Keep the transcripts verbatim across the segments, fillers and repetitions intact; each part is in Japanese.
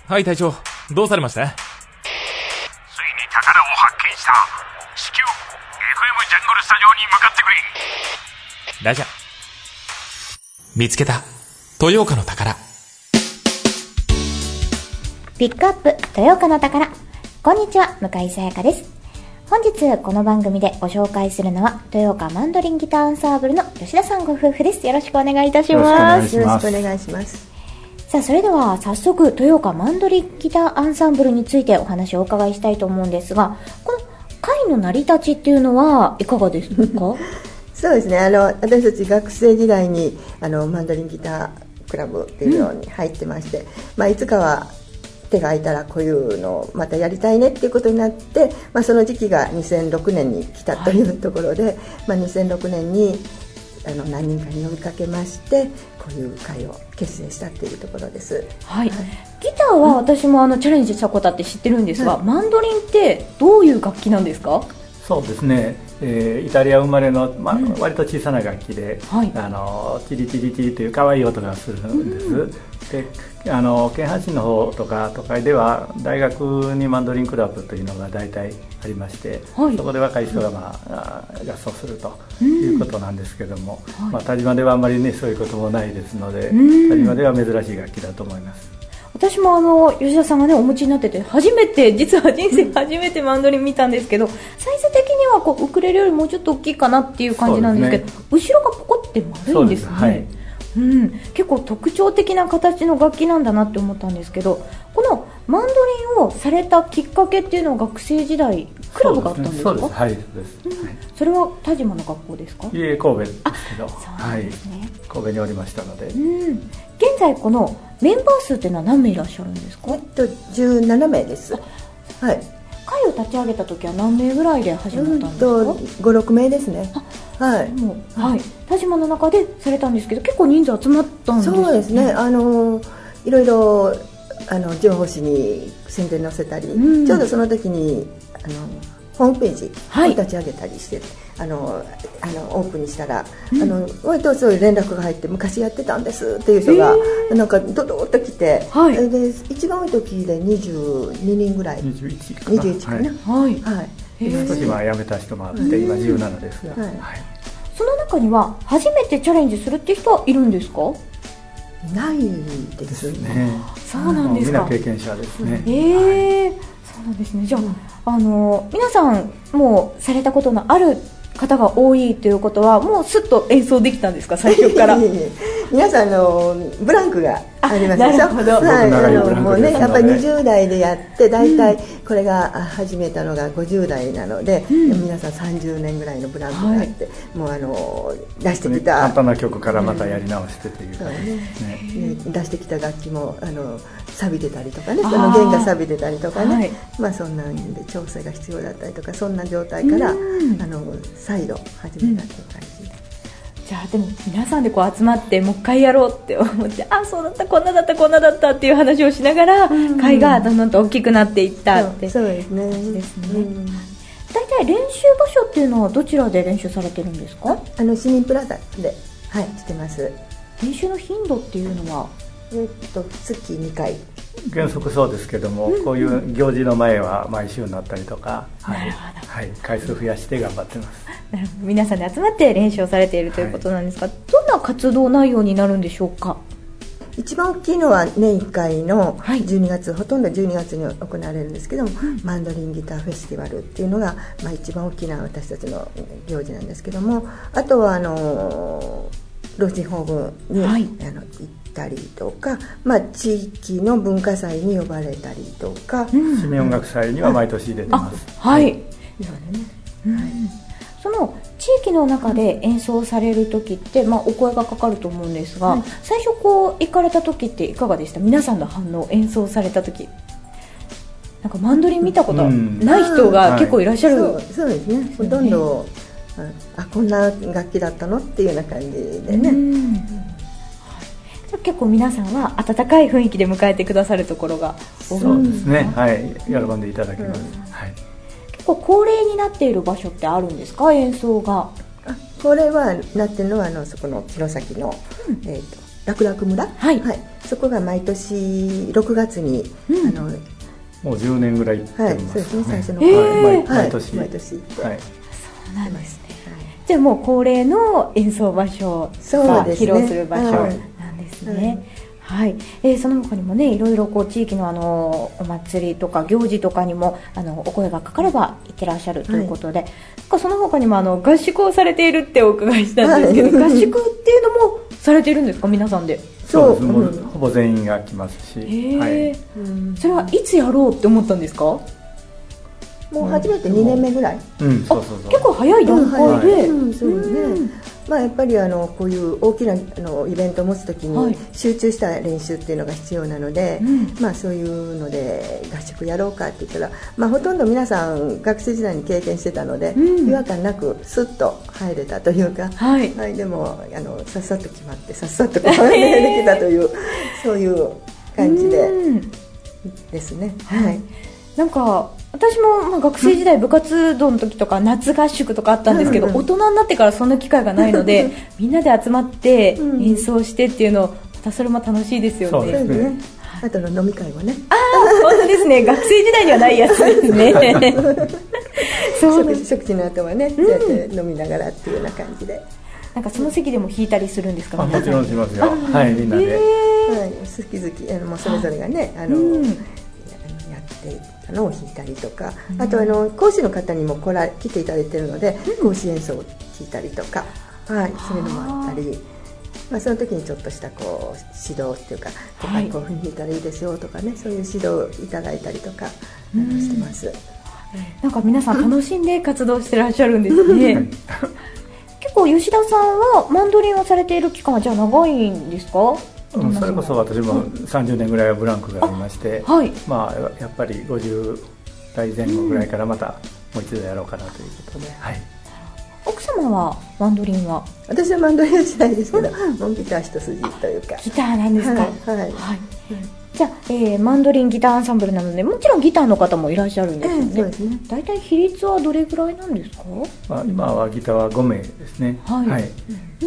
はい隊長、どうされました？ ついに宝を発見した。至急 エフエム ジャングルスタジオに向かってくれ。 ラジャー。見つけた豊岡の宝。 ピックアップ豊岡の宝。こんにちは、向井さやかです。本日この番組でご紹介するのは豊岡マンドリンギターアンサーブルの吉田さんご夫婦です。よろしくお願いいたします。 よろしくお願いします。 さあ、それでは早速豊岡マンドリンギターアンサンブルについてお話をお伺いしたいと思うんですが、この会の成り立ちっていうのはいかがですか？ そうですね、あの私たち学生時代にあのマンドリンギタークラブっていうのに入ってまして、うん、まあ、いつかは手が空いたらこういうのをまたやりたいねっていうことになって、まあ、その時期がにせんろくねんに来たというところで、はい、まあ、にせんろくねんにあの何人かに呼びかけましてこういう会を結成したっていうところです。 はい、はい、ギターは私もあのチャレンジしたことあって知ってるんですが、はい、マンドリンってどういう楽器なんですか？ そうですね、えー、イタリア生まれの、まあ、うん、割と小さな楽器で、はい、あのチリチリチリという可愛い音がするんです、うん、であの京阪神の方とか都会では大学にマンドリンクラブというのが大体ありまして、はい、そこで若い人が、まあ、合奏するということなんですけども、うん、まあ、田島ではあんまり、ね、そういうこともないですので、うん、田島では珍しい楽器だと思います。 私もあの吉田さんがねお持ちになってて初めて実は人生初めてマンドリン見たんですけど、サイズ的にはこうウクレレよりもうちょっと大きいかなっていう感じなんですけど、ね、後ろがポコって丸いんですね。はい、うん、結構特徴的な形の楽器なんだなって思ったんですけど、このマンドリンをされたきっかけっていうのは学生時代クラブがあったんですか？ そうですね、はい、そうです、 うん、それは田島の学校ですか？ いえ、神戸ですけど、 そうですね、はい、 神戸におりましたので、 うん、現在このメンバー数っていうのは何名いらっしゃるんですか？ えっとじゅうななめいです。はい。 会を立ち上げた時は何名ぐらいで始まったんですか？ うんとご、ろくめいですね。はい。 もう、はい。田島の中でされたんですけど、結構人数集まったんですね。 そうですね。あのいろいろあの情報誌に宣伝載せたり、うん、ちょうどその時にあのホームページを立ち上げたりして、はい、あのあのオープンにしたら、うん、あの割とそういう連絡が入って昔やってたんですっていう人がなんかドドーッと来て、はい、で一番多い時でにじゅうににんぐらい、 にじゅういちかな、 にじゅういちかな、 はい、はい、 少しは辞めた人もあって今じゅうななですが、はいはい、 その中には初めてチャレンジするっていう人はいるんですか？ ないですね。 そうなんですか。 みんな経験者ですね。 えー、はい、そうなんですね。じゃあ、あの皆さんもうされたことのある方が多いということはもうスッと演奏できたんですか、最初から？ 皆さんのブランクがありますでしょ。 なるほど、 はい、あのもうね、やっぱりにじゅうだいでやってだいたいこれが始めたのがごじゅうだいなので、うん、皆さんさんじゅうねんぐらいのブランクがあって、はい、もうあの出してきた簡単な曲からまたやり直してというか、 ねね、出してきた楽器もあの錆びてたりとかね、その弦が錆びてたりとかね、はい、まあそんなんで調整が必要だったりとか、そんな状態から、うん、あの再度始めたという感じ。うん、 じゃあでも皆さんでこう集まってもう一回やろうって思って、あ、そうだった、こんなだったこんなだったっていう話をしながら、うん、会がどんどんと大きくなっていったってそうですね。 ですね。うん、大体練習場所っていうのはどちらで練習されてるんですか？ あの市民プラザで、はい、してます。 練習の頻度っていうのはえっと月にかい原則そうですけども、うん、こういう行事の前は毎週になったりとか、はいはい、回数増やして頑張ってます。 なるほど、皆さんで集まって練習をされているということなんですが、はい、どんな活動内容になるんでしょうか？ 一番大きいのは年いっかいのじゅうにがつ、はい、ほとんどじゅうにがつに行われるんですけども、うん、マンドリンギターフェスティバルっていうのが、まあ、一番大きな私たちの行事なんですけども、あとはあの老人ホームに、はい、あの行ったりとか、まあ、地域の文化祭に呼ばれたりとか、 うん、市民音楽祭には毎年出てます。 はい、はい、そうだね、うん、はい、その地域の中で演奏される時って、まあ、お声がかかると思うんですが、はい、最初こう行かれた時っていかがでした？皆さんの反応、演奏された時、なんかマンドリン見たことない人が結構いらっしゃる、うん、 はい、そう、そうですね、ほとんどあ、こんな楽器だったのっていうような感じでね、うん、 結構皆さんは温かい雰囲気で迎えてくださるところが多い。 そうですね、はい、喜んでいただきます、うん、はい、 結構恒例になっている場所ってあるんですか？演奏が。 あ、これはなってるのはあのそこの弘前の、うん、えーと楽々村、 はいはい、そこが毎年ろくがつに、 うん、 あのもうじゅうねんぐらい行ってます、 はい、そうですね、最初の、 えーはい、 毎年、 毎年行って、 はい、 そうなんですね。じゃあもう恒例の演奏場所が披露する場所なんですね。はい、えー、その他にもね、いろいろこう地域のあのお祭りとか行事とかにもあのお声がかかれば行ってらっしゃるということで、はい、その他にもあの合宿をされているってお伺いしたんですけど、はい、合宿っていうのもされているんですか、皆さんで。 そうです、もうほぼ全員が来ますし、 はい、それはいつやろうって思ったんですか？ もう初めてにねんめぐらい、 うん、そうそうそう、 結構早い段階で、 うん、そうですね、まあ、やっぱりあのこういう大きなあのイベントを持つときに集中した練習っていうのが必要なので、はい、まあ、そういうので合宿やろうかって言ったら、まあ、ほとんど皆さん学生時代に経験してたので、うん、違和感なくスッと入れたというか、はいはい、でもあのさっさと決まってさっさとこうできたというそういう感じでですね。はい、 なんか私もまあ学生時代部活動の時とか夏合宿とかあったんですけど、大人になってからそんな機会がないのでみんなで集まって演奏してっていうのまたそれも楽しいですよね。 そうですね、あとの飲み会もね、 ああ本当ですね、学生時代にはないやつですねそう食, 食事の後はね、そうやって飲みながらっていうような感じで、 なんかその席でも弾いたりするんですか？ あ、もちろんしますよ、はい、みんなで、はい、 好き好きあのもうそれぞれがね、あの、うん、やっていたのを弾いたりとか、うん、あとあの講師の方にも来ら来ていただいているので、うん、講師演奏を聞いたりとか、はい、そういうのもあったり、まあ、その時にちょっとしたこう指導っていうか、はい、こういうふうに弾いたらいいですよとかね、そういう指導をいただいたりとか、うん、してます。 なんか皆さん楽しんで活動してらっしゃるんですね結構吉田さんはマンドリンをされている期間はじゃあ長いんですか？ うん、それこそ私もさんじゅうねんぐらいはブランクがありまして、はい、まあ、やっぱりごじゅう代前後ぐらいからまたもう一度やろうかなということで、うん、はい、 奥様はマンドリンは？ 私はマンドリンはしないですけど、うん、もうギター一筋というか。 ギターなんですか？ はい、はいはい、 じゃあ、えー、マンドリンギターアンサンブルなので、もちろんギターの方もいらっしゃるんですよね。えー、そうですね。大体比率はどれぐらいなんですか？ まあ、今はギターはごめいですね。はい、はい、うん、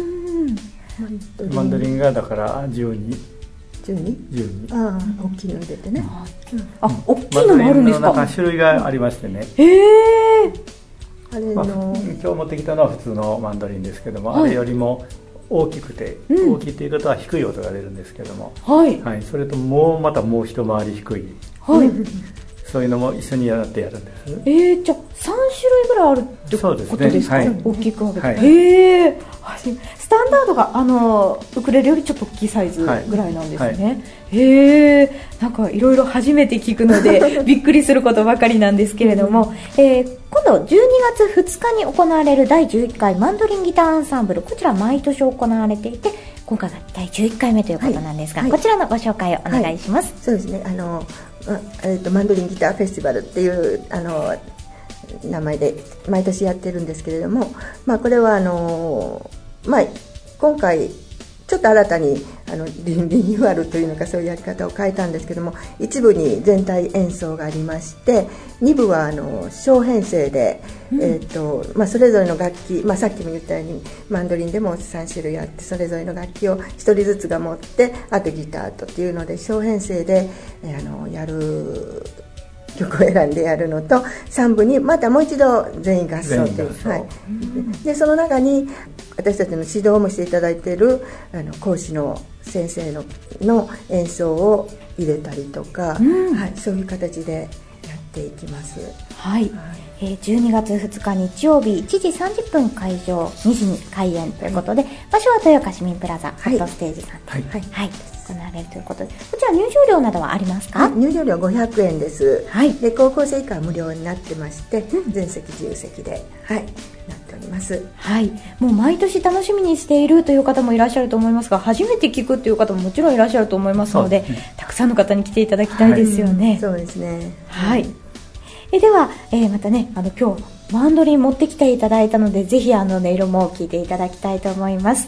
マンドリンがだからじゅうに、 じゅうに？ じゅうに。ああ、大きいの入れてね。 あ、大きいのもあるんですか？ マンドリンの中種類がありましてね。 へえ。 あれの、まあ、今日持ってきたのは普通のマンドリンですけども、はい、あれよりも大きくて、うん、大きいということは低い音が出るんですけども、はいはい、それともうまたもう一回り低い、はい、そういうのも一緒にやってやるんです。 えー、じゃあさん種類ぐらいあるってことですか？そうですね、はい、大きく分けて、はい、へえ、スタンダードがあのウクレレよりちょっと大きいサイズぐらいなんですね、はいはい、へえ、なんかいろいろ初めて聞くのでびっくりすることばかりなんですけれども、えー、今度じゅうにがつふつかに行われるだいじゅういっかいマンドリンギターアンサンブル、こちら毎年行われていて、今回がだいじゅういっかいめということなんですが、はいはい、こちらのご紹介をお願いします。 はい、そうですね、あの、えーと、マンドリンギターフェスティバルっていうあの名前で毎年やってるんですけれども、まあ、これはあの、まあ、今回ちょっと新たにあのリニューアルというのか、そういうやり方を変えたんですけども、一部に全体演奏がありまして、二部はあの小編成で、うん、えーとまあ、それぞれの楽器、まあ、さっきも言ったようにマンドリンでもさん種類あって、それぞれの楽器をひとりずつが持って、あとギターとっていうので小編成で、えー、あのやる曲を選んでやるのと、さん部にまたもう一度全員合奏という、はい、でその中に私たちの指導もしていただいているあの講師の先生 の, の演奏を入れたりとか、うん、はい、そういう形でやっていきます。 はい、えー、じゅうにがつふつか日曜日いちじさんじゅっぷん会場、にじに開演ということで、はい、場所は豊岡市民プラザホットステージさんで、はいはいはい、行われるということで、こちら入場料などはありますか？ 入場料ごひゃくえんです、はい、で高校生以下は無料になってまして、うん、全席自由席で、はい、なっております。 はい、もう毎年楽しみにしているという方もいらっしゃると思いますが、初めて聞くという方ももちろんいらっしゃると思いますので、たくさんの方に来ていただきたいですよね。はい、 そうですね、 はい、えでは、えー、またね、あの今日マンドリン持ってきていただいたので、ぜひあの音色も聞いていただきたいと思います。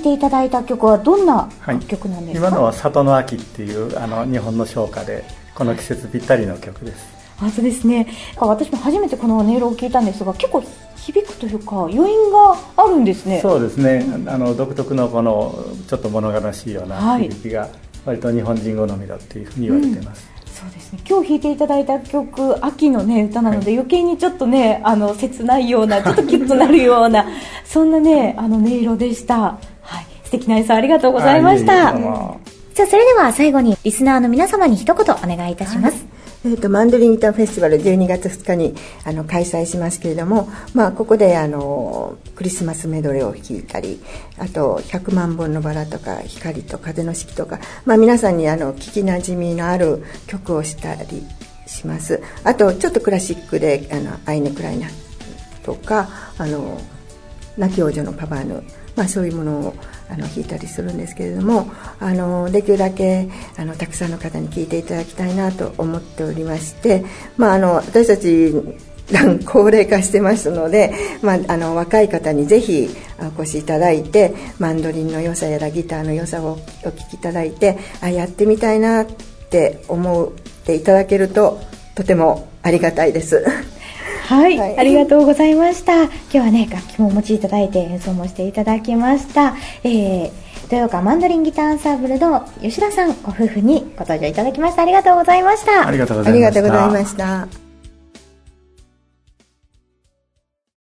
いていただいた曲はどんな曲なんですか？ はい、今のは里の秋っていうあの日本の唱歌でこの季節ぴったりの曲です。 あ、そうですね。私も初めてこの音色を聞いたんですが、結構響くというか余韻があるんですね。 そうですね、あの独特のこのちょっと物悲しいような響きが割と日本人好みだっていうふうに言われています。 うん、そうですね。今日弾いていただいた曲、秋のね歌なので、はい、余計にちょっとねあの切ないような、ちょっとキュッとなるようなそんなねあの音色でした。はい、素敵な演奏ありがとうございました。じゃあそれでは最後にリスナーの皆様に一言お願いいたします。はい、 えー、とマンドリンギターフェスティバルじゅうにがつふつかにあの開催しますけれども、まあ、ここであのクリスマスメドレーを弾いたり、あとひゃくまんぼんのバラとか光と風の四季とか、まあ、皆さんにあの聞きなじみのある曲をしたりします。あとちょっとクラシックであのアイネ・クライナとかあの亡き王女のパバーヌ、まあ、そういうものをあの弾いたりするんですけれども、あのできるだけあのたくさんの方に聴いていただきたいなと思っておりまして、まあ、あの私たち高齢化してますので、まあ、あの若い方にぜひお越しいただいて、マンドリンの良さやらギターの良さをお聴きいただいて、あやってみたいなって思っていただけるととてもありがたいです。 はい、はい、ありがとうございました。今日はね楽器もお持ちいただいて演奏もしていただきました。えー、豊岡マンドリンギターアンサンブルの吉田さんご夫婦にご登場いただきました。ありがとうございました。 ありがとうございました。 ありがとうございました。